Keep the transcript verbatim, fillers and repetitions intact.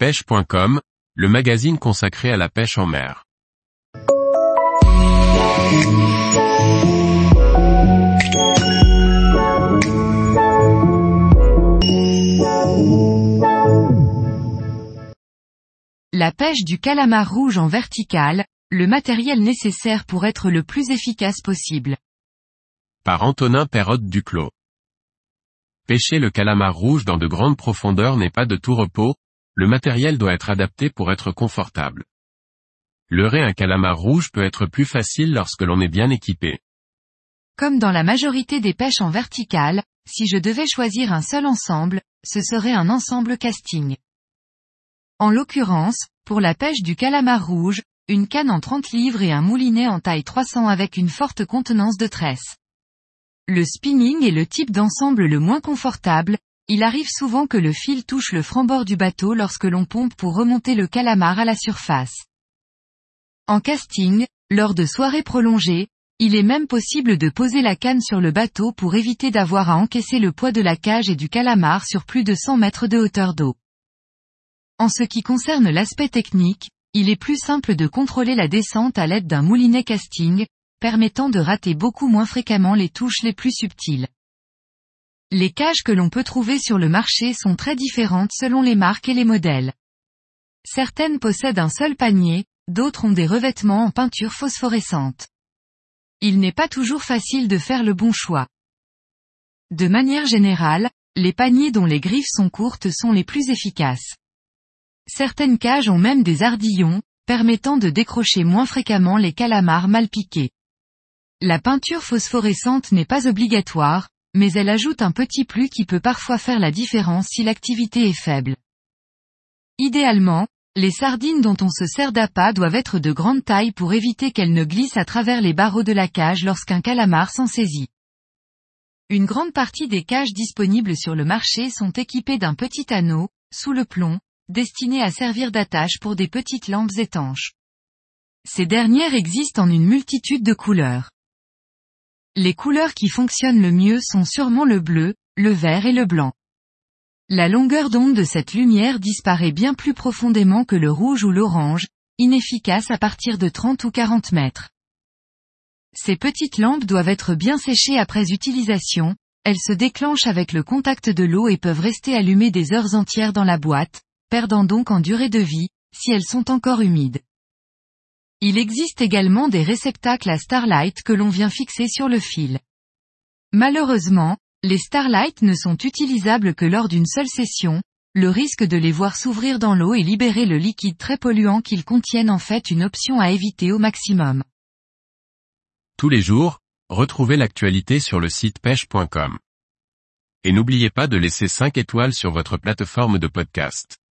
pêche point com, le magazine consacré à la pêche en mer. La pêche du calamar rouge en verticale, le matériel nécessaire pour être le plus efficace possible. Par Antonin Perrotte Duclos. Pêcher le calamar rouge dans de grandes profondeurs n'est pas de tout repos, le matériel doit être adapté pour être confortable. Leurrer un calamar rouge peut être plus facile lorsque l'on est bien équipé. Comme dans la majorité des pêches en verticale, si je devais choisir un seul ensemble, ce serait un ensemble casting. En l'occurrence, pour la pêche du calamar rouge, une canne en trente livres et un moulinet en taille trois cents avec une forte contenance de tresse. Le spinning est le type d'ensemble le moins confortable, il arrive souvent que le fil touche le franc-bord du bateau lorsque l'on pompe pour remonter le calamar à la surface. En casting, lors de soirées prolongées, il est même possible de poser la canne sur le bateau pour éviter d'avoir à encaisser le poids de la cage et du calamar sur plus de cent mètres de hauteur d'eau. En ce qui concerne l'aspect technique, il est plus simple de contrôler la descente à l'aide d'un moulinet casting, permettant de rater beaucoup moins fréquemment les touches les plus subtiles. Les cages que l'on peut trouver sur le marché sont très différentes selon les marques et les modèles. Certaines possèdent un seul panier, d'autres ont des revêtements en peinture phosphorescente. Il n'est pas toujours facile de faire le bon choix. De manière générale, les paniers dont les griffes sont courtes sont les plus efficaces. Certaines cages ont même des ardillons, permettant de décrocher moins fréquemment les calamars mal piqués. La peinture phosphorescente n'est pas obligatoire, mais elle ajoute un petit plus qui peut parfois faire la différence si l'activité est faible. Idéalement, les sardines dont on se sert d'appât doivent être de grande taille pour éviter qu'elles ne glissent à travers les barreaux de la cage lorsqu'un calamar s'en saisit. Une grande partie des cages disponibles sur le marché sont équipées d'un petit anneau, sous le plomb, destiné à servir d'attache pour des petites lampes étanches. Ces dernières existent en une multitude de couleurs. Les couleurs qui fonctionnent le mieux sont sûrement le bleu, le vert et le blanc. La longueur d'onde de cette lumière disparaît bien plus profondément que le rouge ou l'orange, inefficace à partir de trente ou quarante mètres. Ces petites lampes doivent être bien séchées après utilisation, elles se déclenchent avec le contact de l'eau et peuvent rester allumées des heures entières dans la boîte, perdant donc en durée de vie, si elles sont encore humides. Il existe également des réceptacles à starlight que l'on vient fixer sur le fil. Malheureusement, les starlight ne sont utilisables que lors d'une seule session, le risque de les voir s'ouvrir dans l'eau et libérer le liquide très polluant qu'ils contiennent en fait une option à éviter au maximum. Tous les jours, retrouvez l'actualité sur le site pêche point com. Et n'oubliez pas de laisser cinq étoiles sur votre plateforme de podcast.